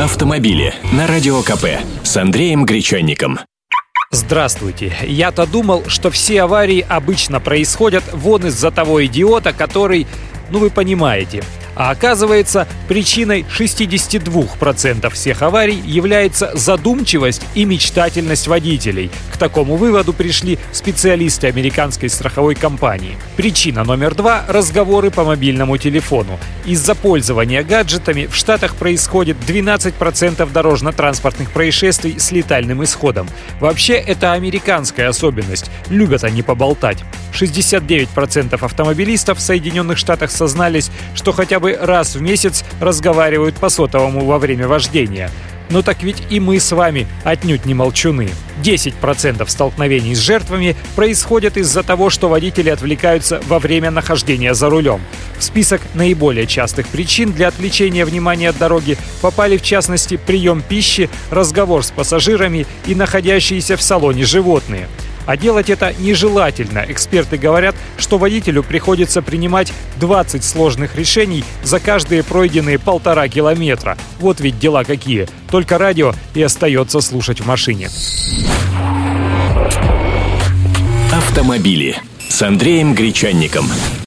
Автомобили на Радио КП с Андреем Гречанником. Здравствуйте. Я-то думал, что все аварии обычно происходят вон из-за того идиота, который, вы понимаете. А оказывается, причиной 62% всех аварий является задумчивость и мечтательность водителей. К такому выводу пришли специалисты американской страховой компании. Причина номер 2 – разговоры по мобильному телефону. Из-за пользования гаджетами в Штатах происходит 12% дорожно-транспортных происшествий с летальным исходом. Вообще, это американская особенность. Любят они поболтать. 69% автомобилистов в Соединенных Штатах сознались, что хотя бы раз в месяц разговаривают по сотовому во время вождения. Но так ведь и мы с вами отнюдь не молчуны. 10% столкновений с жертвами происходят из-за того, что водители отвлекаются во время нахождения за рулем. В список наиболее частых причин для отвлечения внимания от дороги попали в частности прием пищи, разговор с пассажирами и находящиеся в салоне животные. А делать это нежелательно. Эксперты говорят, что водителю приходится принимать 20 сложных решений за каждые пройденные 1,5 километра. Вот ведь дела какие. Только радио и остается слушать в машине. Автомобили с Андреем Гречанником.